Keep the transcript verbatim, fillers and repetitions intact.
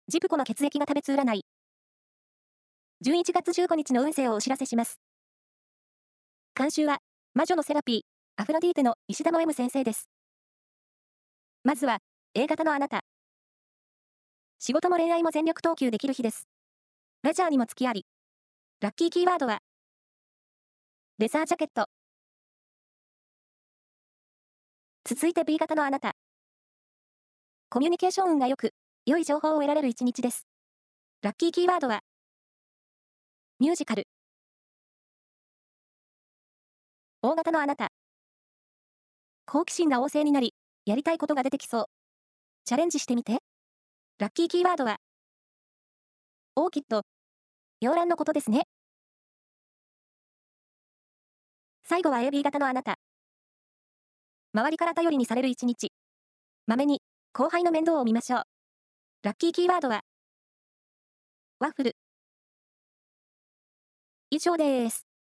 ジプコの血液が食べつ占い。じゅういちがつじゅうごにちの運勢をお知らせします。監修は、魔女のセラピー、アフロディーテの石田の M 先生です。まずは、A 型のあなた。仕事も恋愛も全力投球できる日です。レジャーにも付きあり。ラッキーキーワードは、レザージャケット。続いて B 型のあなた。コミュニケーション運が良く、良い情報を得られる一日です。ラッキーキーワードは、ミュージカル。O 型のあなた。好奇心が旺盛になり、やりたいことが出てきそう。チャレンジしてみて。ラッキーキーワードは、オーキッド。洋蘭のことですね。最後は エービー 型のあなた。周りから頼りにされる一日。まめに、後輩の面倒を見ましょう。ラッキーキーワードは、ワッフル。以上です。